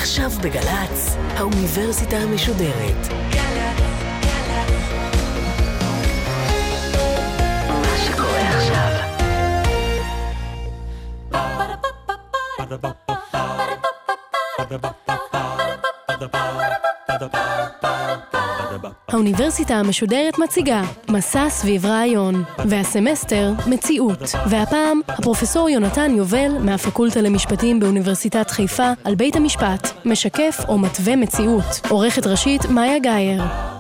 עכשיו בגלץ, האוניברסיטה המשודרת. מה שקורה עכשיו. האוניברסיטה המשודרת מציגה מסע סביב רעיון, והסמסטר מציאות. והפעם הפרופסור יונתן יובל מהפקולטה למשפטים באוניברסיטת חיפה על בית המשפט, משקף או מתווה מציאות. עורכת ראשית מאיה גייר.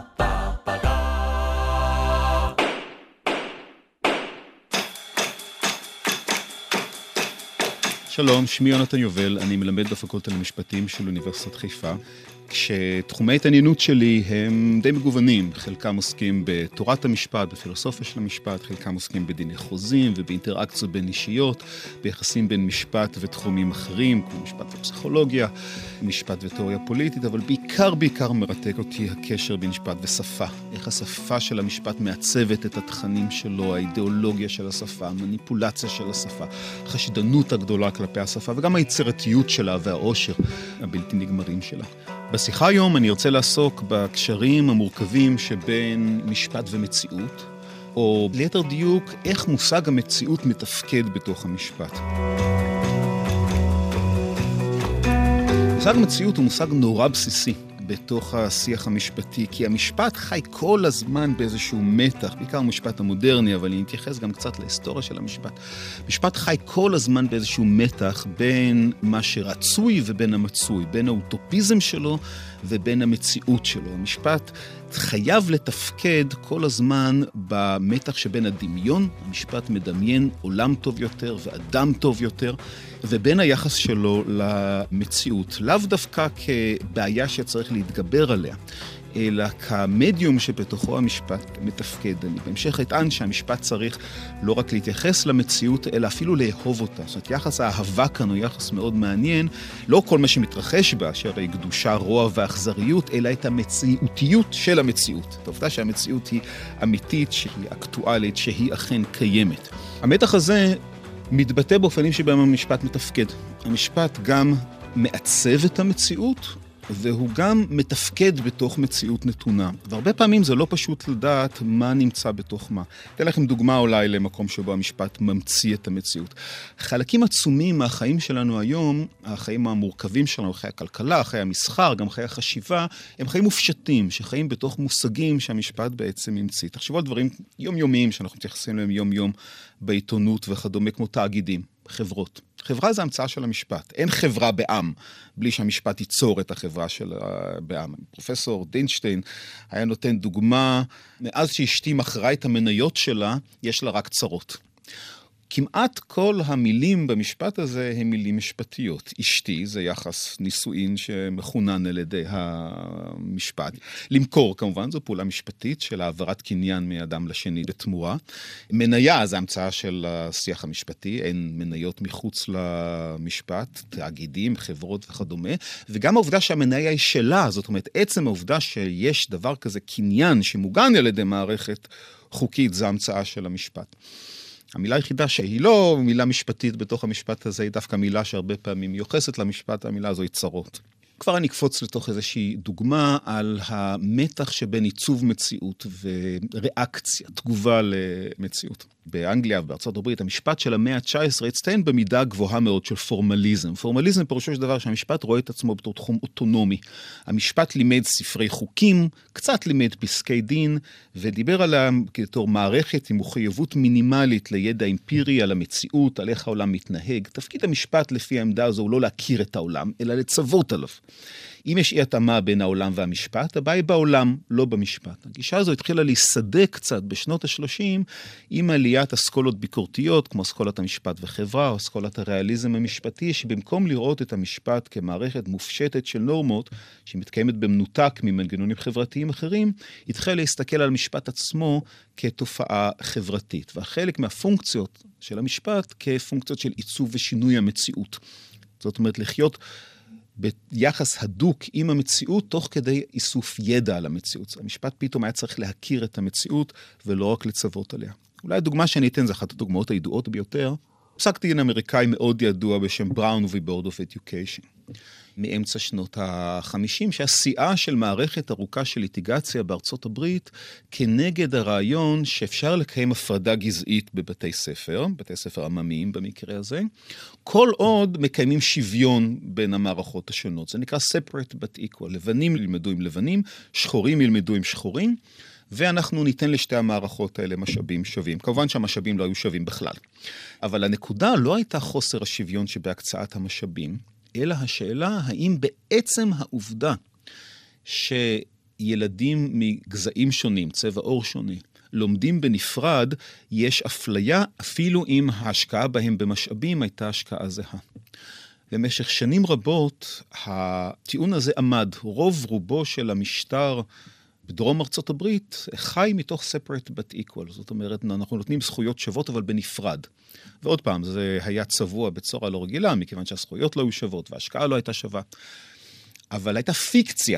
שלום, שמי יונתן יובל, אני מלמד בפקולטה למשפטים של אוניברסיטת חיפה. כשתחומי התעניינות שלי הם די מגוונים, חלקם עוסקים בתורת המשפט, בפילוסופיה של המשפט, חלקם עוסקים בדיני חוזים ובאינטראקציות בין אישיות, ביחסים בין משפט ותחומים אחרים, כמו משפט ופסיכולוגיה, משפט ותיאוריה פוליטית, אבל בעיקר מרתק אותי הקשר בין משפט ושפה. איך השפה של המשפט מעצבת את התכנים שלו, האידיאולוגיה של השפה, המניפולציה של השפה, החשדנות הגדולה כלפי השפה, וגם היצירתיות שלה והעושר הבלתי נגמרים שלה. בשיחה היום אני רוצה לעסוק בקשרים המורכבים שבין משפט ומציאות, או ליתר דיוק, איך מושג המציאות מתפקד בתוך המשפט. מושג המציאות הוא מושג נורא בסיסי בתוך השיח המשפטי, כי המשפט חי כל הזמן באיזשהו מתח, בעיקר המשפט המודרני, אבל אני אתייחס גם קצת להיסטוריה של המשפט. משפט חי כל הזמן באיזשהו מתח בין מה שרצוי ובין המצוי, בין האוטופיזם שלו ובין המציאות שלו. המשפט חייב לתפקד כל הזמן במתח שבין הדמיון, המשפט מדמיין עולם טוב יותר ואדם טוב יותר, ובין היחס שלו למציאות. לאו דווקא כבעיה שצריך להתגבר עליה, אלא כמדיום שבתוכו המשפט מתפקד. אני בהמשך אטען שהמשפט צריך לא רק להתייחס למציאות, אלא אפילו לאהוב אותה. זאת אומרת, יחס האהבה כאן הוא יחס מאוד מעניין, לא כל מה שמתרחש בה, שהרי קדושה, רוע ואכזריות, אלא את המציאותיות של המציאות. העובדה שהמציאות היא אמיתית, שהיא אקטואלית, שהיא אכן קיימת. המתח הזה מתבטא באופנים שבהם המשפט מתפקד. המשפט גם מעצב את המציאות, והוא גם מתפקד בתוך מציאות נתונה. והרבה פעמים זה לא פשוט לדעת מה נמצא בתוך מה. אתן לכם דוגמה אולי למקום שבו המשפט ממציא את המציאות. חלקים עצומים מהחיים שלנו היום, החיים המורכבים שלנו, חיי הכלכלה, חיי המסחר, גם חיי החשיבה, הם חיים מופשטים, שחיים בתוך מושגים שהמשפט בעצם המציא. תחשבו על דברים יומיומיים שאנחנו מתייחסים להם יום-יום בעיתונות וכדומה, כמו תאגידים, חברות. חברה זה המצאה של המשפט. אין חברה בעם, בלי שהמשפט ייצור את החברה של בעם. פרופסור דינשטיין היה נותן דוגמה, מאז שאשתי מכרה את המניות שלה, יש לה רק צרות. כמעט כל המילים במשפט הזה הם מילים משפטיות. אשתי זה יחס נישואין שמכונן על ידי המשפט. למכור כמובן זו פעולה משפטית של העברת קניין מאדם לשני בתמורה. מניה זה המצאה של השיח המשפטי, אין מניות מחוץ למשפט, תאגידים, חברות וכדומה. וגם העובדה שהמניה היא שלה, זאת אומרת עצם העובדה שיש דבר כזה קניין שמוגן על ידי מערכת חוקית, זה המצאה של המשפט. המילה היחידה שהיא לא מילה משפטית בתוך המשפט הזה, היא דווקא מילה שהרבה פעמים יוחסת למשפט, המילה הזו היא צרות. כבר אני אקפוץ לתוך איזושהי דוגמה על המתח שבין עיצוב מציאות וריאקציה, תגובה למציאות. באנגליה ובארצות הברית, המשפט של המאה ה-19 הצטיין במידה גבוהה מאוד של פורמליזם. פורמליזם פירושו של דבר שהמשפט רואה את עצמו בתור תחום אוטונומי. המשפט לימד ספרי חוקים, קצת לימד פסקי דין, ודיבר עליהם כתור מערכת עם מחויבות מינימלית לידע אמפירי על המציאות, על איך העולם מתנהג. תפקיד המשפט לפי העמדה הזו הוא לא להכיר את העולם, אלא לצוות עליו. אם יש אי התאמה בין העולם והמשפט, הבעיה היא בעולם, לא במשפט. הגישה הזו התחילה להיסדק קצת בשנות ה-30 עם עליית אסכולות ביקורתיות, כמו אסכולת המשפט וחברה, או אסכולת הריאליזם המשפטי, שבמקום לראות את המשפט כמערכת מופשטת של נורמות, שמתקיימת במנותק ממנגנונים חברתיים אחרים, התחילה להסתכל על המשפט עצמו כתופעה חברתית. והחלק מהפונקציות של המשפט כפונקציות של עיצוב ושינוי המציאות. זאת אומרת, לחיות ביחס הדוק עם המציאות, תוך כדי איסוף ידע על המציאות. המשפט פתאום היה צריך להכיר את המציאות, ולא רק לצוות עליה. אולי הדוגמה שאני אתן, זה אחת הדוגמאות הידועות ביותר. פסק דין אמריקאי מאוד ידוע בשם בראון ו-Board of Education. מאמצע שנות ה-50, שהשיאה של מערכת ארוכה של ליטיגציה בארצות הברית, כנגד הרעיון שאפשר לקיים הפרדה גזעית בבתי ספר, בתי ספר עממיים במקרה הזה, כל עוד מקיימים שוויון בין המערכות השונות. זה נקרא separate but equal. לבנים ילמדו עם לבנים, שחורים ילמדו עם שחורים, ואנחנו ניתן לשתי המערכות האלה משאבים שווים. כמובן שהמשאבים לא היו שווים בכלל. אבל הנקודה לא הייתה חוסר השוויון שבהקצאת המשאבים, אלא השאלה האם בעצם העובדה שילדים מגזעים שונים, צבע עור שונה, לומדים בנפרד, יש אפליה אפילו אם ההשקעה בהם במשאבים הייתה השקעה זהה. במשך שנים רבות הטיעון הזה עמד. רוב רובו של המשטר בדרום ארצות הברית חי מתוך separate but equal. זאת אומרת, אנחנו נותנים זכויות שוות אבל בנפרד. ועוד פעם, זה היה צבוע בצורה לא רגילה, מכיוון שהזכויות לא היו שוות וההשקעה לא הייתה שווה. אבל הייתה פיקציה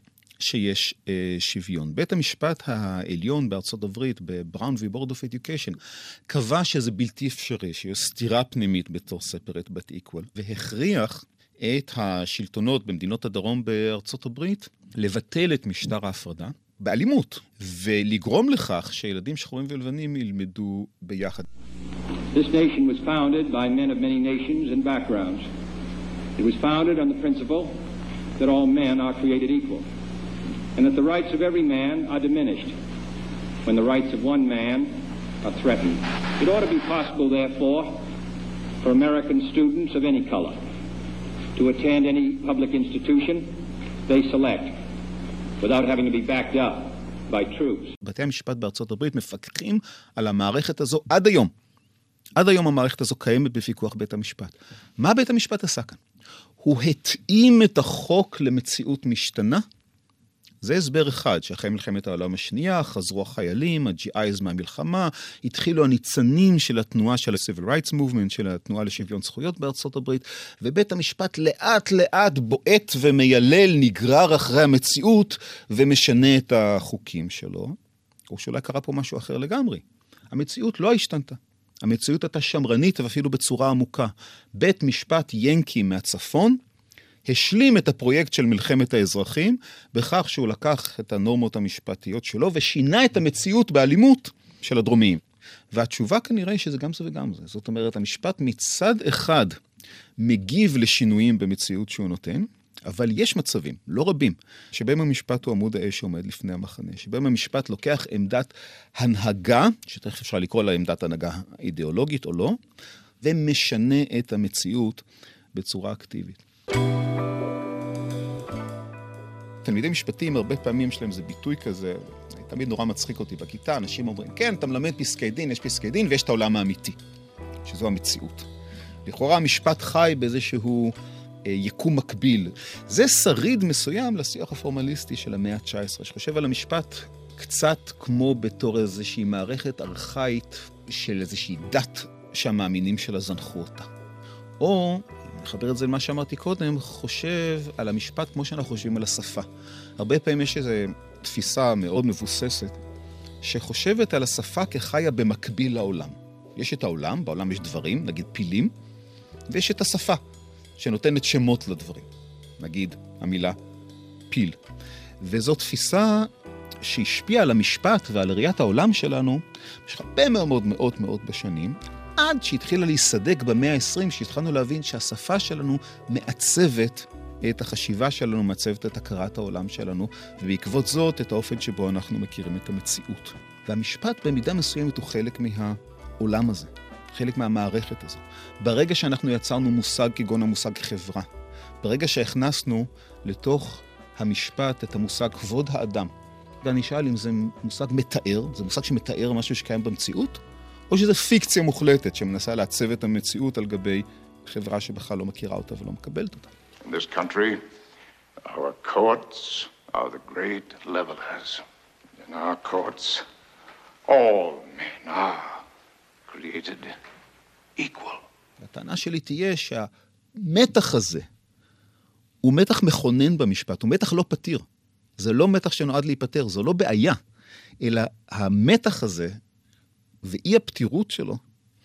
שיש שוויון. בית המשפט העליון בארצות הברית, בבראון ו-Board of Education, קבע שזה בלתי אפשרי, שיש סתירה פנימית בתור separate but equal, והכריח את השלטונות במדינות הדרום בארצות הברית לבטל את משטר ההפרדה באלימות, ולגרום לכך שילדים שחורים ולבנים ילמדו ביחד. This nation was founded by men of many nations and backgrounds. It was founded on the principle that all men are created equal, and that the rights of every man are diminished when the rights of one man are threatened. It ought to be possible, therefore, for American students of any color to attend any public institution they select, without having to be backed up by troops. בתי המשפט בארצות הברית מפקחים על המערכת הזו עד היום. עד היום המערכת הזו קיימת בפיקוח בית המשפט. מה בית המשפט עשה כאן? הוא התאים את החוק למציאות משתנה. זה הסבר אחד, שאחרי מלחמת העולם השנייה, חזרו החיילים, ה-GIs מהמלחמה, התחילו הניצנים של התנועה של ה-Civil Rights Movement, של התנועה לשוויון זכויות בארצות הברית, ובית המשפט לאט לאט בועט ומיילל, נגרר אחרי המציאות, ומשנה את החוקים שלו. או שאולי קרה פה משהו אחר לגמרי. המציאות לא השתנתה. המציאות הייתה שמרנית ואפילו בצורה עמוקה. בית משפט ינקי מהצפון, השלים את הפרויקט של מלחמת האזרחים, בכך שהוא לקח את הנורמות המשפטיות שלו, ושינה את המציאות באלימות של הדרומיים. והתשובה כנראה היא שזה גם זה וגם זה. זאת אומרת, המשפט מצד אחד מגיב לשינויים במציאות שהוא נותן, אבל יש מצבים, לא רבים, שבהם המשפט הוא עמוד האש שעומד לפני המחנה, שבהם המשפט לוקח עמדת הנהגה, שתכף אפשר לקרוא לה עמדת הנהגה אידיאולוגית או לא, ומשנה את המציאות בצורה אקטיבית. תלמידי משפטים, הרבה פעמים שלהם זה ביטוי כזה, תמיד נורא מצחיק אותי בכיתה, אנשים אומרים, כן, אתה מלמד פסקי דין, יש פסקי דין ויש את העולם האמיתי, שזו המציאות. לכאורה המשפט חי באיזשהו יקום מקביל. זה שריד מסוים לשיח הפורמליסטי של המאה ה-19, שחושב על המשפט קצת כמו בתור איזושהי מערכת ארכאית של איזושהי דת שהמאמינים שלה זנחו אותה. או מחבר את זה למה שאמרתי קודם, חושב על המשפט כמו שאנחנו חושבים על השפה. הרבה פעמים יש איזו תפיסה מאוד מבוססת, שחושבת על השפה כחיה במקביל לעולם. יש את העולם, בעולם יש דברים, נגיד פילים, ויש את השפה, שנותנת שמות לדברים. נגיד המילה פיל. וזו תפיסה שהשפיעה על המשפט ועל ראיית העולם שלנו, במשך הרבה מאוד בשנים, עד שהתחילה להיסדק במאה ה-20, שהתחלנו להבין שהשפה שלנו מעצבת את החשיבה שלנו, מעצבת את הכרת העולם שלנו, ובעקבות זאת את האופן שבו אנחנו מכירים את המציאות. והמשפט במידה מסוימת הוא חלק מהעולם הזה, חלק מהמערכת הזו. ברגע שאנחנו יצרנו מושג כגון המושג חברה, ברגע שהכנסנו לתוך המשפט את המושג כבוד האדם, ואני שאל אם זה מושג מתאר, זה מושג שמתאר משהו שקיים במציאות, או שזה פיקציה מוחלטת שמנסה לעצב את המציאות על גבי חברה שבכלל לא מכירה אותה ולא מקבלת אותה. In this country, our courts are the great levelers. In our courts, all men are created equal. הטענה שלי תהיה שהמתח הזה הוא מתח מכונן במשפט, הוא מתח לא פתיר. זה לא מתח שנועד להיפטר, זו לא בעיה, אלא המתח הזה ואי הפתירות שלו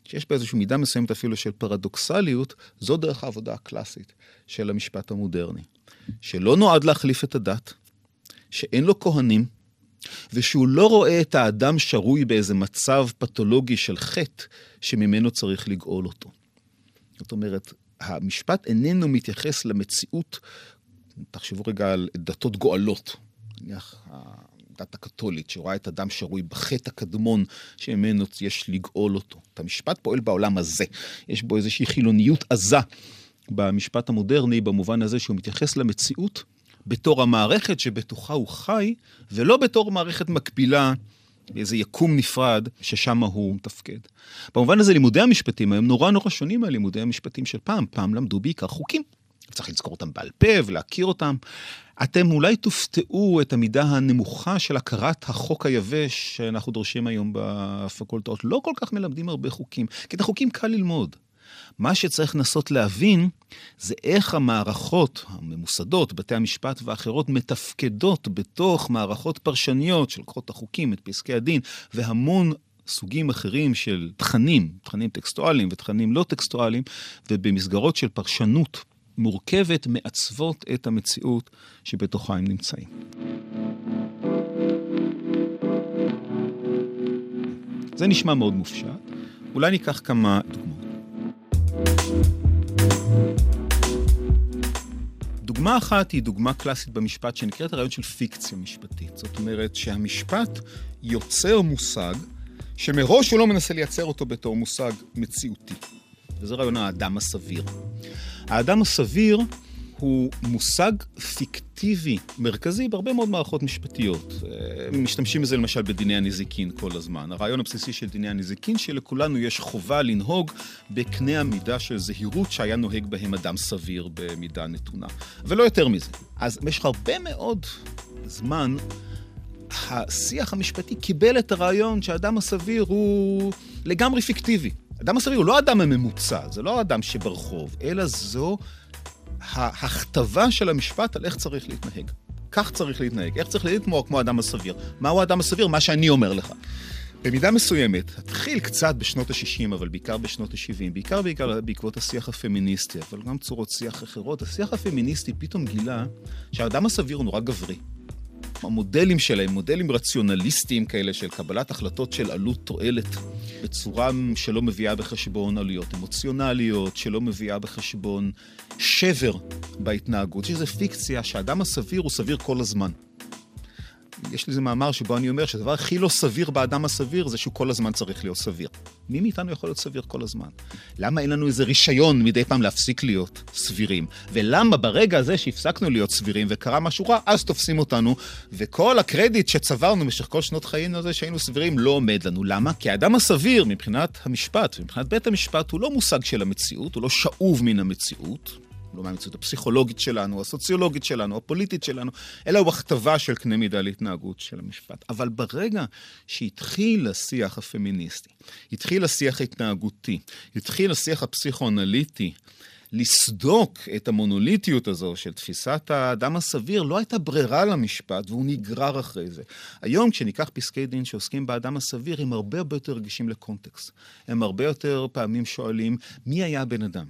שיש באיזושהי מידה מסוימת אפילו של פרדוקסליות, זו דרך העבודה הקלאסית של המשפט המודרני. שלא נועד להחליף את הדת, שאין לו כהנים, ושהוא לא רואה את האדם שרוי באיזה מצב פתולוגי של חטא, שממנו צריך לגאול אותו. זאת אומרת, המשפט איננו מתייחס למציאות, תחשבו רגע על דתות גואלות, נניח הדת הקתולית, שרואה את אדם שרוי בחטא הקדמון, שממנו יש לגאול אותו. את המשפט פועל בעולם הזה. יש בו איזושהי חילוניות עזה במשפט המודרני, במובן הזה שהוא מתייחס למציאות, בתור המערכת שבתוכה הוא חי, ולא בתור מערכת מקבילה, איזה יקום נפרד, ששם הוא מתפקד. במובן הזה, לימודי המשפטים הם נורא שונים מהלימודי המשפטים של פעם. פעם למדו בעיקר חוקים. צריך לזכור אותם בעל פה ולהכיר אותם. אתם אולי תופתעו את המידה הנמוכה של הכרת החוק היבש שאנחנו דורשים היום בפקולטות. לא כל כך מלמדים הרבה חוקים, כי את החוקים קל ללמוד. מה שצריך לנסות להבין זה איך המערכות הממוסדות, בתי המשפט ואחרות, מתפקדות בתוך מערכות פרשניות של קרות החוקים, את פסקי הדין, והמון סוגים אחרים של תכנים טקסטואליים ותכנים לא טקסטואליים, ובמסגרות של פרשנות מורכבת מעצבות את המציאות שבתוכה הם נמצאים. זה נשמע מאוד מופשט. אולי ניקח כמה דוגמאות. דוגמה אחת היא דוגמה קלאסית במשפט שנקראת הרעיון של פיקציה משפטית. זאת אומרת שהמשפט יוצר מושג שמראש הוא לא מנסה לייצר אותו בתור מושג מציאותי. וזה רעיון האדם הסביר. האדם הסביר הוא מושג פיקטיבי מרכזי בהרבה מאוד מערכות משפטיות. משתמשים בזה למשל בדיני הנזיקין כל הזמן. הרעיון הבסיסי של דיני הנזיקין שלכולנו יש חובה לנהוג בקנה המידה של זהירות שהיה נוהג בהם אדם סביר במידה נתונה. ולא יותר מזה. אז במשך הרבה מאוד זמן השיח המשפטי קיבל את הרעיון שהאדם הסביר הוא לגמרי פיקטיבי. האדם הסביר הוא לא האדם הממוצע, זה לא האדם שברחוב, אלא זו ההכתבה של המשפט על איך צריך להתנהג. כך צריך להתנהג, איך צריך להתנהג כמו האדם הסביר. מהו האדם הסביר? מה שאני אומר לך. במידה מסוימת, התחיל קצת בשנות ה-60, אבל בעיקר בשנות ה-70, בעיקר בעקבות השיח הפמיניסטי, אבל גם צורות שיח אחרות, השיח הפמיניסטי פתאום גילה שהאדם הסביר הוא נורא גברי. המודלים שלהם, מודלים רציונליסטיים כאלה של קבלת החלטות של עלות תועלת, בצורה שלא מביאה בחשבון עלויות אמוציונליות, שלא מביאה בחשבון שבר בהתנהגות, שזה פיקציה שהאדם הסביר הוא סביר כל הזמן. יש לי איזה מאמר שבו אני אומר שהדבר הכי לא סביר באדם הסביר זה שהוא כל הזמן צריך להיות סביר. מי מאיתנו יכול להיות סביר כל הזמן? למה אין לנו איזה רישיון מדי פעם להפסיק להיות סבירים? ולמה ברגע הזה שהפסקנו להיות סבירים וקרה משהו רע, אז תופסים אותנו, וכל הקרדיט שצברנו במשך כל שנות חיינו הזה שהיינו סבירים לא עומד לנו. למה? כי האדם הסביר מבחינת המשפט, מבחינת בית המשפט, הוא לא מושג של המציאות, הוא לא שאוב מן המציאות, לא מהמציאות הפסיכולוגית שלנו, הסוציולוגית שלנו, הפוליטית שלנו, אלא הוא הכתבה של קנה מידה להתנהגות של המשפט. אבל ברגע שהתחיל השיח הפמיניסטי, התחיל השיח ההתנהגותי, התחיל השיח הפסיכואנליטי, לסדוק את המונוליטיות הזו של תפיסת האדם הסביר, לא הייתה ברירה למשפט, והוא נגרר אחרי זה. היום כשניקח פסקי דין שעוסקים באדם הסביר, הם הרבה יותר רגישים לקונטקסט. הם הרבה יותר פעמים שואלים, מי היה הבן אדם?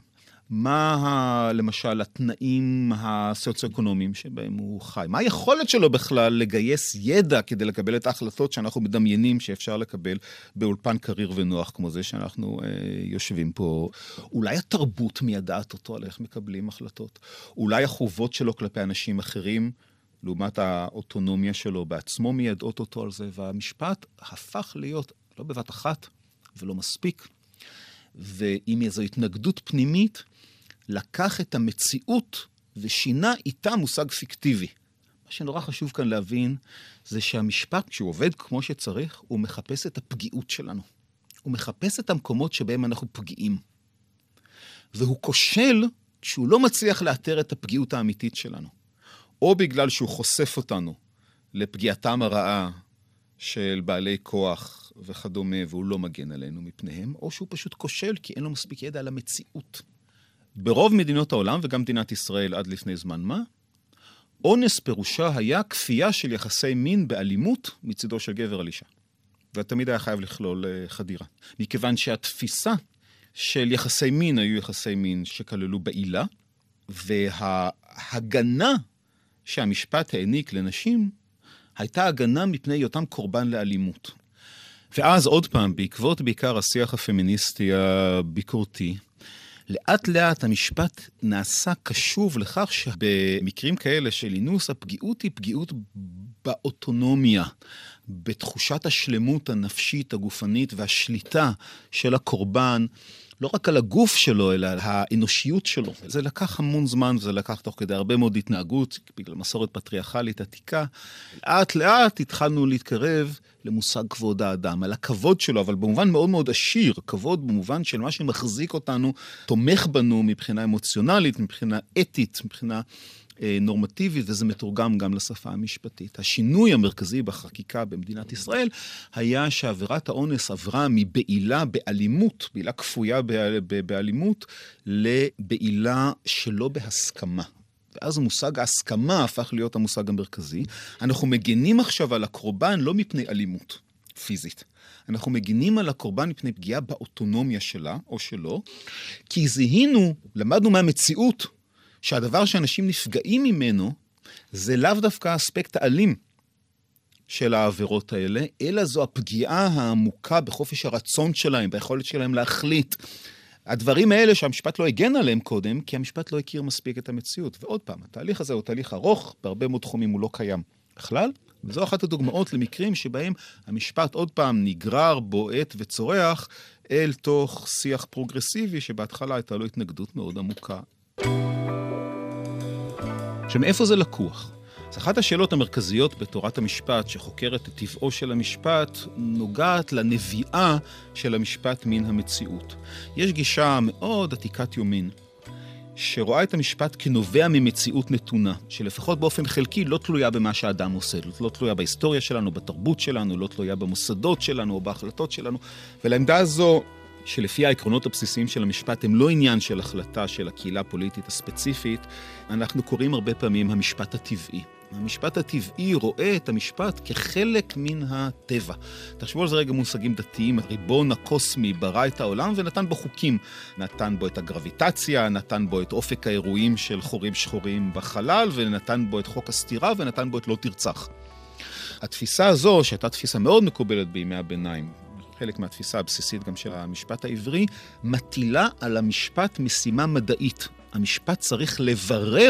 מה למשל התנאים הסוציו-אקונומיים שבהם הוא חי? מה היכולת שלו בכלל לגייס ידע כדי לקבל את ההחלטות שאנחנו מדמיינים שאפשר לקבל באולפן קריר ונוח כמו זה שאנחנו יושבים פה? אולי התרבות מיידעת אותו על איך מקבלים החלטות? אולי החובות שלו כלפי אנשים אחרים, לעומת האוטונומיה שלו בעצמו מיידעות אותו על זה, והמשפט הפך להיות לא בבת אחת ולא מספיק. ועם איזו התנגדות פנימית, לקח את המציאות ושינה איתה מושג פיקטיבי. מה שנורא חשוב כאן להבין, זה שהמשפט, כשהוא עובד כמו שצריך, הוא מחפש את הפגיעות שלנו. הוא מחפש את המקומות שבהם אנחנו פגיעים. והוא כושל כשהוא לא מצליח לאתר את הפגיעות האמיתית שלנו. או בגלל שהוא חושף אותנו לפגיעתם הרעה של בעלי כוח וכדומה, והוא לא מגן עלינו מפניהם, או שהוא פשוט כושל כי אין לו מספיק ידע על המציאות. ברוב מדינות העולם, וגם מדינת ישראל עד לפני זמן מה, אונס פירושה היה כפייה של יחסי מין באלימות מצידו של גבר על אישה. ותמיד היה חייב לכלול חדירה. מכיוון שהתפיסה של יחסי מין היו יחסי מין שכללו בעילה, וההגנה שהמשפט העניק לנשים הייתה הגנה מפני היותם קורבן לאלימות. ואז עוד פעם, בעקבות בעיקר השיח הפמיניסטי הביקורתי, לאט לאט המשפט נעשה קשוב לכך שבמקרים כאלה של אינוס, הפגיעות היא פגיעות באוטונומיה, בתחושת השלמות הנפשית, הגופנית והשליטה של הקורבן, לא רק על הגוף שלו, אלא על האנושיות שלו. זה לקח המון זמן, וזה לקח תוך כדי הרבה מאוד התנהגות, בגלל מסורת פטריארכלית עתיקה. לאט לאט התחלנו להתקרב למושג כבוד האדם, על הכבוד שלו, אבל במובן מאוד מאוד עשיר, כבוד במובן של מה שמחזיק אותנו, תומך בנו מבחינה אמוציונלית, מבחינה אתית, מבחינה נורמטיבית, וזה מתורגם גם לשפה המשפטית. השינוי המרכזי בחקיקה במדינת ישראל היה שעבירת האונס עברה מבעילה באלימות, בעילה כפויה באלימות, לבעילה שלא בהסכמה. ואז המושג ההסכמה הפך להיות המושג המרכזי. אנחנו מגנים עכשיו על הקורבן לא מפני אלימות פיזית. אנחנו מגינים על הקורבן מפני פגיעה באוטונומיה שלה או שלו, כי זיהינו, למדנו מהמציאות, שהדבר שאנשים נפגעים ממנו, זה לאו דווקא האספקט האלים של העבירות האלה, אלא זו הפגיעה העמוקה בחופש הרצון שלהם, ביכולת שלהם להחליט. הדברים האלה שהמשפט לא הגן עליהם קודם, כי המשפט לא הכיר מספיק את המציאות. ועוד פעם, התהליך הזה הוא תהליך ארוך, בהרבה מאוד תחומים הוא לא קיים בכלל, וזו אחת הדוגמאות למקרים שבהם המשפט עוד פעם נגרר, בועט וצורח, אל תוך שיח פרוגרסיבי, שבהתחלה הייתה לו התנגדות מאוד עמוקה. שמאיפה זה לקוח? אז אחת השאלות המרכזיות בתורת המשפט שחוקרת את טבעו של המשפט נוגעת לנביאה של המשפט מן המציאות. יש גישה מאוד עתיקת יומין שרואה את המשפט כנובע ממציאות נתונה, שלפחות באופן חלקי לא תלויה במה שהאדם עושה, לא תלויה בהיסטוריה שלנו, בתרבות שלנו, לא תלויה במוסדות שלנו או בהחלטות שלנו, ולעמדה הזו שלפי העקרונות הבסיסיים של המשפט הם לא עניין של החלטה של הקהילה הפוליטית הספציפית, אנחנו קוראים הרבה פעמים המשפט הטבעי. המשפט הטבעי רואה את המשפט כחלק מן הטבע. תחשבו על זה רגע מושגים דתיים, הריבון הקוסמי ברא את העולם ונתן בו חוקים. נתן בו את הגרביטציה, נתן בו את אופק האירועים של חורים שחורים בחלל, ונתן בו את חוק הסתירה, ונתן בו את לא תרצח. התפיסה הזו, שהייתה תפיסה מאוד מקובלת בימי הביניים, חלק מהתפיסה הבסיסית גם של המשפט העברי, מטילה על המשפט משימה מדעית. המשפט צריך לברר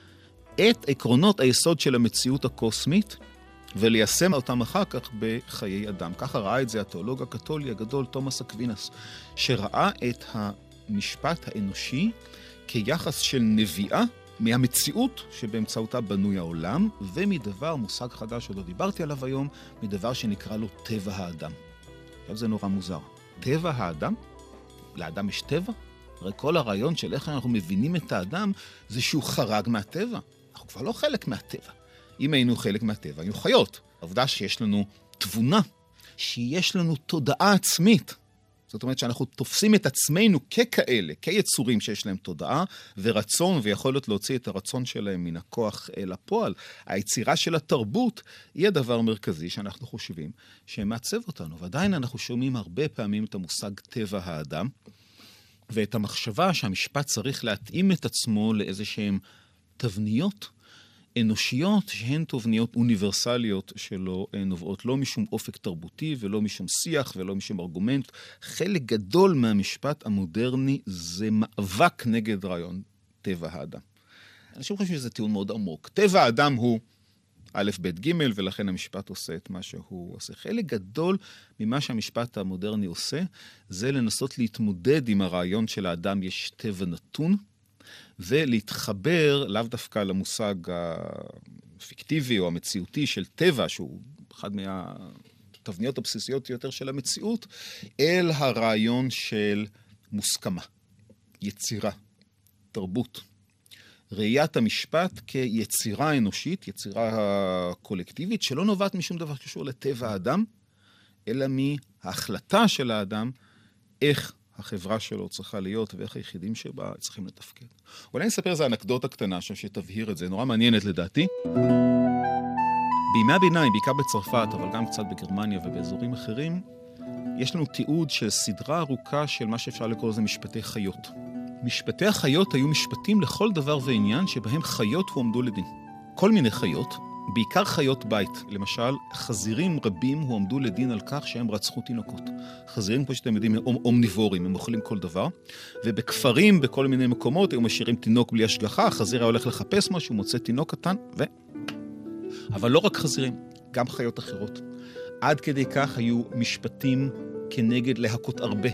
את עקרונות היסוד של המציאות הקוסמית, וליישם אותם אחר כך בחיי אדם. ככה ראה את זה התיאולוג הקתולי הגדול תומאס אקווינס, שראה את המשפט האנושי כיחס של נביאה מהמציאות שבאמצעותה בנוי העולם, ומדבר, מושג חדש שלא דיברתי עליו היום, מדבר שנקרא לו טבע האדם. עכשיו זה נורא מוזר. טבע האדם? לאדם יש טבע? הרי כל הרעיון של איך אנחנו מבינים את האדם זה שהוא חרג מהטבע. אנחנו כבר לא חלק מהטבע. אם היינו חלק מהטבע, היינו חיות. העובדה שיש לנו תבונה, שיש לנו תודעה עצמית. זאת אומרת שאנחנו תופסים את עצמנו ככאלה, כיצורים שיש להם תודעה ורצון, ויכולת להוציא את הרצון שלהם מן הכוח אל הפועל. היצירה של התרבות היא הדבר המרכזי שאנחנו חושבים שמעצב אותנו. ועדיין אנחנו שומעים הרבה פעמים את המושג טבע האדם, ואת המחשבה שהמשפט צריך להתאים את עצמו לאיזשהם תבניות אנושיות שהן תובניות אוניברסליות שלא נובעות לא משום אופק תרבותי ולא משום שיח ולא משום ארגומנט. חלק גדול מהמשפט המודרני זה מאבק נגד רעיון טבע האדם. אני חושב שזה טיעון מאוד עמוק. טבע האדם הוא א', ב', ג', ולכן המשפט עושה את מה שהוא עושה. חלק גדול ממה שהמשפט המודרני עושה זה לנסות להתמודד עם הרעיון של האדם יש טבע נתון, ולהתחבר לאו דווקא למושג הפיקטיבי או המציאותי של טבע, שהוא אחד מהתבניות הבסיסיות יותר של המציאות, אל הרעיון של מוסכמה, יצירה, תרבות. ראיית המשפט כיצירה אנושית, יצירה קולקטיבית, שלא נובעת משום דבר שקשור לטבע האדם, אלא מההחלטה של האדם איך החברה שלו צריכה להיות ואיך היחידים שבה צריכים לתפקד. אולי נספר איזו אנקדוטה קטנה שתבהיר את זה, נורא מעניינת לדעתי. בימי הביניים, בעיקר בצרפת, אבל גם קצת בגרמניה ובאזורים אחרים, יש לנו תיעוד של סדרה ארוכה של מה שאפשר לקרוא לזה משפטי חיות. משפטי החיות היו משפטים לכל דבר ועניין שבהם חיות הועמדו לדין. כל מיני חיות, בעיקר חיות בית. למשל, חזירים רבים הועמדו לדין על כך שהם רצחו תינוקות. חזירים, כמו שאתם יודעים, הם אומניבורים, הם אוכלים כל דבר. ובכפרים, בכל מיני מקומות, היו משאירים תינוק בלי השגחה, החזיר היה הולך לחפש משהו, מוצא תינוק קטן, אבל לא רק חזירים, גם חיות אחרות. עד כדי כך היו משפטים כנגד להכות הרבה,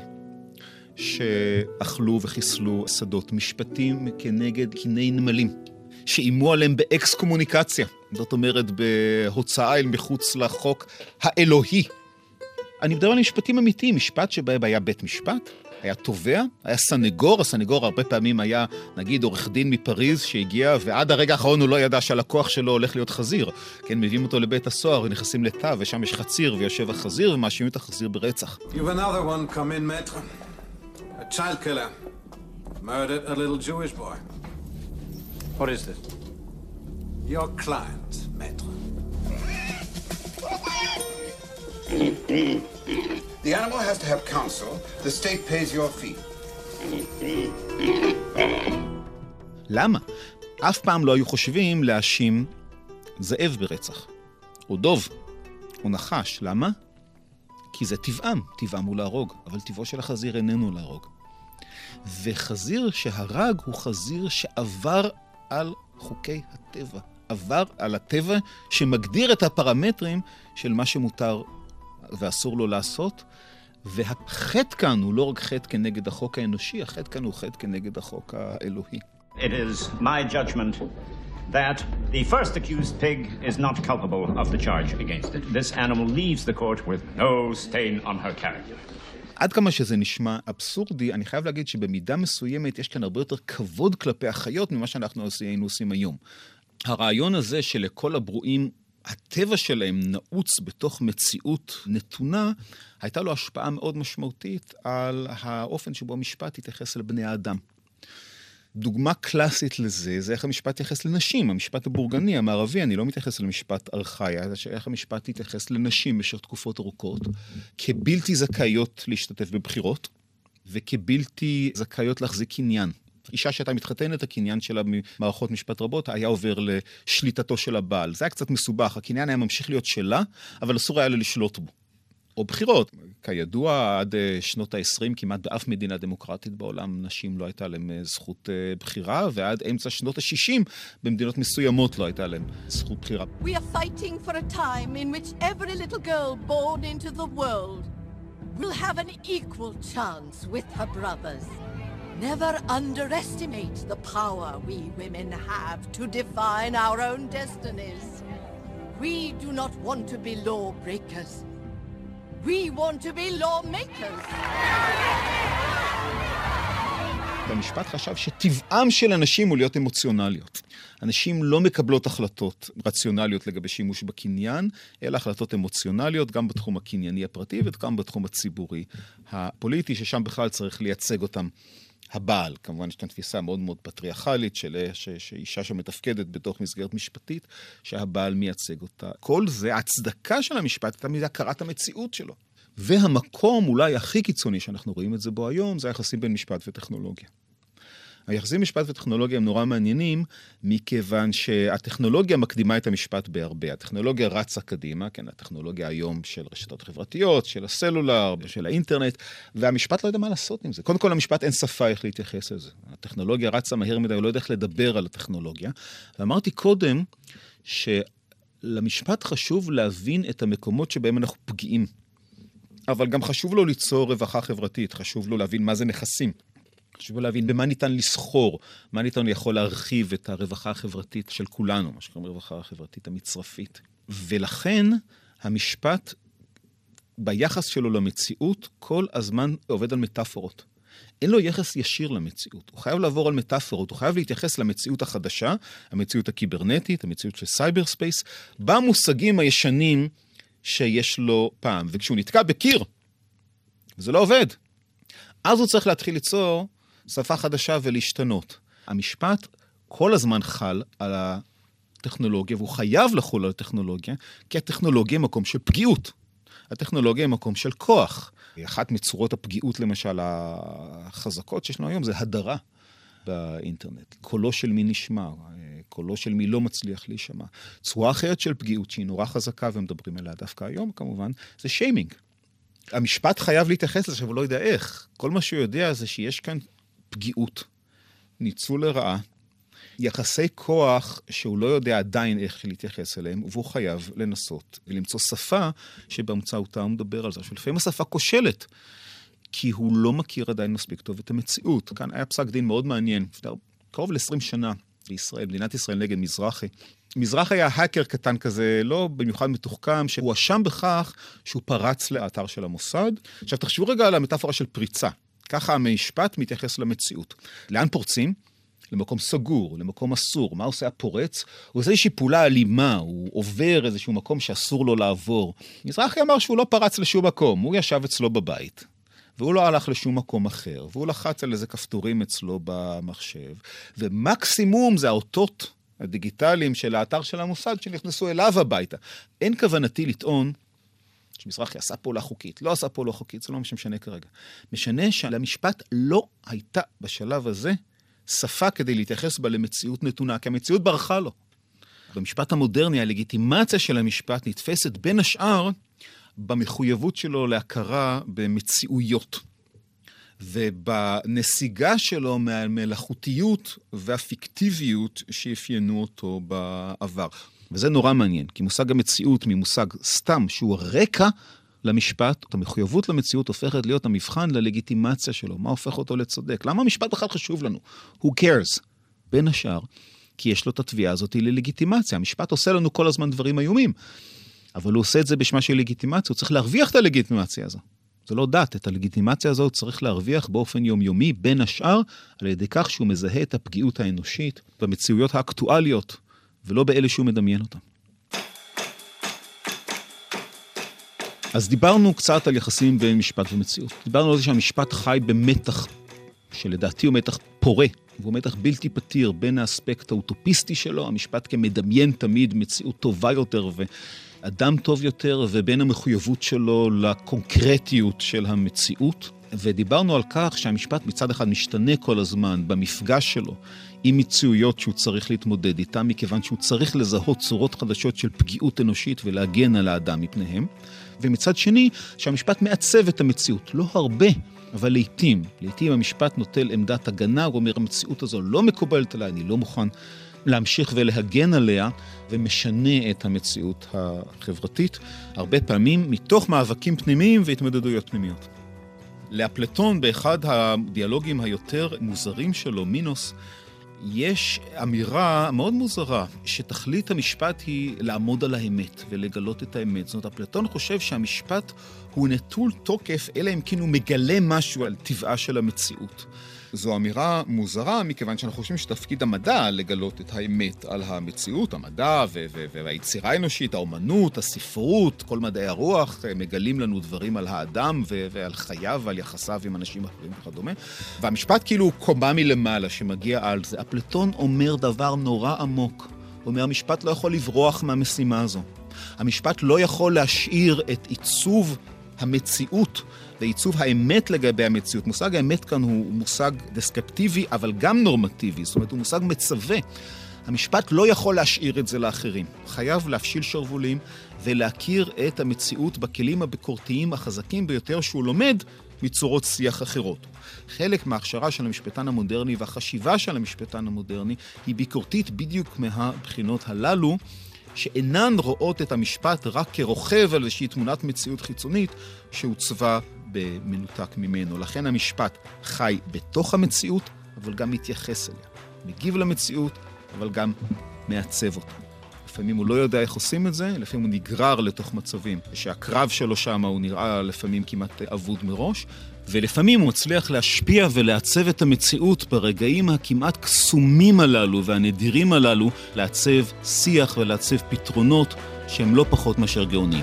שאכלו וחיסלו שדות. משפטים כנגד קיני נמלים, שאימו עליהם באקס-קומוניקציה. זאת אומרת, בהוצאה אל מחוץ לחוק האלוהי. אני מדבר על משפטים אמיתיים, משפט שבהם היה בית משפט, היה תובע, היה סנגור, הסנגור הרבה פעמים היה, נגיד, עורך דין מפריז שהגיע, ועד הרגע האחרון הוא לא ידע שהלקוח שלו הולך להיות חזיר. כן, מביאים אותו לבית הסוהר ונכנסים לתא, ושם יש חציר ויושב החזיר, ומאשימים את החזיר ברצח. You've another one come in, maître. A child killer. Murdered a little Jewish boy. What is this? Your client, maître. The animal has to have counsel. The state pays your fee. למה? אף פעם לא היו חושבים להאשים זאב ברצח, או דוב, או נחש. למה? כי זה טבעם, טבעם הוא להרוג, אבל טבעו של החזיר איננו להרוג. וחזיר שהרג הוא חזיר שעבר על חוקי הטבע, עבר על הטבע שמגדיר את הפרמטרים של מה שמותר ואסור לו לעשות, והחטא כאן הוא לא רק חטא כנגד החוק האנושי, החטא כאן הוא חטא כנגד החוק האלוהי. It is my judgment that the first accused pig is not culpable of the charge against it. This animal leaves the court with no stain on her character. עד כמה שזה נשמע אבסורדי, אני חייב להגיד שבמידה מסוימת יש כאן הרבה יותר כבוד כלפי החיות ממה שאנחנו היינו עושים היום. הרעיון הזה שלכל הברואים הטבע שלהם נעוץ בתוך מציאות נתונה, הייתה לו השפעה מאוד משמעותית על האופן שבו המשפט התייחס לבני האדם. דוגמה קלאסית לזה, זה איך המשפט התייחס לנשים. המשפט הבורגני, המערבי, אני לא מתייחס למשפט ארכאי, איך המשפט התייחס לנשים במשך תקופות ארוכות, כבלתי זכאיות להשתתף בבחירות, וכבלתי זכאיות להחזיק קניין. אישה שהייתה מתחתנת, הקניין שלה במערכות משפט רבות, היה עובר לשליטתו של הבעל. זה היה קצת מסובך, הקניין היה ממשיך להיות שלה, אבל אסור היה לה לשלוט בו. או בחירות. כידוע, עד שנות ה-20, כמעט באף מדינה דמוקרטית בעולם, נשים לא הייתה להם זכות בחירה, ועד אמצע שנות ה-60, במדינות מסוימות לא הייתה להם זכות בחירה. We are fighting for a time in which every little girl born into the world will have an equal chance with her brothers. Never underestimate the power we women have to define our own destinies. We do not want to be lawbreakers. We want to be lawmakers. המשפט חשב שטבעם של אנשים הוא להיות אמוציונליות. אנשים לא מקבלות החלטות רציונליות לגבי שימוש בקניין, אלא החלטות אמוציונליות גם בתחום הקנייני הפרטי וגם בתחום הציבורי הפוליטי, ששם בכלל צריך לייצג אותם הבעל. כמובן יש כאן תפיסה מאוד מאוד פטריארכלית של אישה שמתפקדת בתוך מסגרת משפטית, שהבעל מייצג אותה. כל זה, ההצדקה של המשפט, הייתה מזה הכרת המציאות שלו. והמקום אולי הכי קיצוני שאנחנו רואים את זה בו היום, זה היחסים בין משפט וטכנולוגיה. היחסים משפט וטכנולוגיה הם נורא מעניינים, מכיוון שהטכנולוגיה מקדימה את המשפט בהרבה. הטכנולוגיה רצה קדימה, כן, הטכנולוגיה היום של רשתות חברתיות, של הסלולר, של האינטרנט, והמשפט לא יודע מה לעשות עם זה. קודם כל, המשפט אין שפה איך להתייחס לזה. הטכנולוגיה רצה מהר מדי, הוא לא יודע איך לדבר על הטכנולוגיה. ואמרתי קודם, שלמשפט חשוב להבין את המקומות שבהם אנחנו פגיעים. אבל גם חשוב לו ליצור רווחה חברתית, חשוב לו להבין מה זה נכסים. חשוב להבין במה ניתן לסחור, מה ניתן יכול להרחיב את הרווחה החברתית של כולנו, מה שקוראים רווחה החברתית המצרפית. ולכן המשפט ביחס שלו למציאות כל הזמן עובד על מטאפורות. אין לו יחס ישיר למציאות, הוא חייב לעבור על מטאפורות, הוא חייב להתייחס למציאות החדשה, המציאות הקיברנטית, המציאות של סייבר ספייס, במושגים הישנים שיש לו פעם. וכשהוא נתקע בקיר, וזה לא עובד, אז הוא צריך להתחיל ליצור שפה חדשה ולהשתנות. המשפט כל הזמן חל על טכנולוגיה, והוא חייב לחול על הטכנולוגיה, כי הטכנולוגיה היא מקום של פגיעות. הטכנולוגיה היא מקום של כוח. אחת מצורות הפגיעות, למשל, החזקות שישנו היום, זה הדרה באינטרנט. קולו של מי נשמע, קולו של מי לא מצליח להישמע. צורה אחרת של פגיעות שהיא נורא חזקה, ומדברים עליה דווקא היום, כמובן, זה שיימינג. המשפט חייב להתייחס לזה, אבל לא יודע איך. כל מה שהוא יודע זה שיש כאן פגיעות, ניצול לרעה, יחסי כוח שהוא לא יודע עדיין איך להתייחס אליהם, והוא חייב לנסות ולמצוא שפה שבאמצעותה הוא מדבר על זה. שלפעמים השפה כושלת, כי הוא לא מכיר עדיין מספיק טוב את המציאות. כאן היה פסק דין מאוד מעניין, קרוב ל-20 שנה בישראל, מדינת ישראל נגד מזרחי. מזרח היה האקר קטן כזה, לא במיוחד מתוחכם, שהוא אשם בכך שהוא פרץ לאתר של המוסד. עכשיו תחשבו רגע על המטאפורה של פריצה. ככה המשפט מתייחס למציאות. לאן פורצים? למקום סגור, למקום אסור. מה עושה הפורץ? הוא עושה איזושהי פעולה אלימה, הוא עובר איזשהו מקום שאסור לו לעבור. מזרחי אמר שהוא לא פרץ לשום מקום, הוא ישב אצלו בבית. והוא לא הלך לשום מקום אחר, והוא לחץ על איזה כפתורים אצלו במחשב, ומקסימום זה האותות הדיגיטליים של האתר של המוסד שנכנסו אליו הביתה. אין כוונתי לטעון שמזרחי עשה פעולה חוקית, לא עשה פעולה חוקית, זה לא משנה כרגע. משנה שלמשפט לא הייתה בשלב הזה שפה כדי להתייחס בה למציאות נתונה, כי המציאות ברחה לו. במשפט המודרני, הלגיטימציה של המשפט נתפסת בין השאר במחויבות שלו להכרה במציאויות, ובנסיגה שלו מהמלאכותיות והפיקטיביות שאפיינו אותו בעבר. וזה נורא מעניין, כי מושג המציאות ממושג סתם, שהוא הרקע למשפט, המחויבות למציאות הופכת להיות המבחן ללגיטימציה שלו. מה הופך אותו לצודק? למה המשפט בכלל חשוב לנו? Who cares? בין השאר, כי יש לו את התביעה הזאת ללגיטימציה. המשפט עושה לנו כל הזמן דברים איומים, אבל הוא עושה את זה בשמה של לגיטימציה, הוא צריך להרוויח את הלגיטימציה הזו. זה לא דת, את הלגיטימציה הזו הוא צריך להרוויח באופן יומיומי, בין השאר, על ידי כך שהוא מזהה את הפגיעות האנושית במציאויות האקטואליות, ולא באלה שהוא מדמיין אותם. אז דיברנו קצת על יחסים בין משפט ומציאות. דיברנו על זה שהמשפט חי במתח, שלדעתי הוא מתח פורה, והוא מתח בלתי פתיר בין האספקט האוטופיסטי שלו, המשפט כמדמיין תמיד מציאות טובה יותר ואדם טוב יותר, ובין המחויבות שלו לקונקרטיות של המציאות. ודיברנו על כך שהמשפט מצד אחד משתנה כל הזמן במפגש שלו עם מציאויות שהוא צריך להתמודד איתם, מכיוון שהוא צריך לזהות צורות חדשות של פגיעות אנושית ולהגן על האדם מפניהם. ומצד שני, שהמשפט מעצב את המציאות. לא הרבה, אבל לעתים המשפט נוטל עמדת הגנה, הוא אומר, המציאות הזו לא מקובלת עליי, אני לא מוכן להמשיך ולהגן עליה, ומשנה את המציאות החברתית, הרבה פעמים מתוך מאבקים פנימיים והתמודדויות פנימיות. לאפלטון, באחד הדיאלוגים היותר מוזרים שלו, מינוס, יש אמירה מאוד מוזרה, שתכלית המשפט היא לעמוד על האמת ולגלות את האמת. זאת אומרת, אפלטון חושב שהמשפט הוא נטול תוקף, אלא אם כן הוא מגלה משהו על טבעה של המציאות. זו אמירה מוזרה, מכיוון שאנחנו חושבים שתפקיד המדע לגלות את האמת על המציאות, המדע והיצירה האנושית, האומנות, הספרות, כל מדעי הרוח, מגלים לנו דברים על האדם ועל חייו ועל יחסיו עם אנשים אחרים וכדומה. והמשפט כאילו הוא קומה מלמעלה שמגיע על זה. אפלטון אומר דבר נורא עמוק. הוא אומר, המשפט לא יכול לברוח מהמשימה הזו. המשפט לא יכול להשאיר את עיצוב המציאות ועיצוב האמת לגבי המציאות. מושג האמת כאן הוא מושג דסקריפטיבי, אבל גם נורמטיבי. זאת אומרת, הוא מושג מצווה. המשפט לא יכול להשאיר את זה לאחרים. חייב להפשיל שרוולים ולהכיר את המציאות בכלים הביקורתיים החזקים ביותר שהוא לומד מצורות שיח אחרות. חלק מההכשרה של המשפטן המודרני והחשיבה של המשפטן המודרני היא ביקורתית בדיוק מהבחינות הללו, שאינן רואות את המשפט רק כרוכב על איזושהי תמונת מציאות חיצונית שהוצבה במנותק ממנו. לכן המשפט חי בתוך המציאות, אבל גם מתייחס אליה. מגיב למציאות, אבל גם מעצב אותה. לפעמים הוא לא יודע איך עושים את זה, לפעמים הוא נגרר לתוך מצבים, שהקרב שלו שם הוא נראה לפעמים כמעט אבוד מראש, ולפעמים הוא מצליח להשפיע ולעצב את המציאות ברגעים הכמעט קסומים הללו והנדירים הללו, לעצב שיח ולעצב פתרונות שהם לא פחות מאשר גאונים.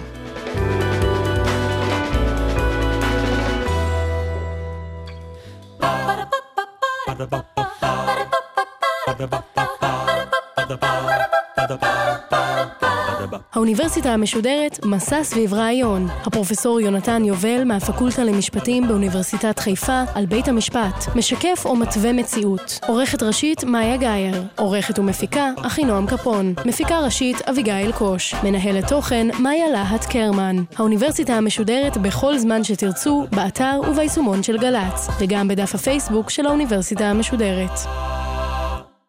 האוניברסיטה המשודרת מסע סביב רעיון. הפרופסור יונתן יובל מהפקולטה למשפטים באוניברסיטת חיפה על בית המשפט משקף או מתווה מציאות. עורכת ראשית מאיה גייר, עורכת ומפיקה אחינועם קפון, מפיקה ראשית אביגיל קוש, מנהלת תוכן מאיה להט קרמן. האוניברסיטה המשודרת בכל זמן שתרצו, באתר וביישומון של גלץ, וגם בדף הפייסבוק של האוניברסיטה המשודרת.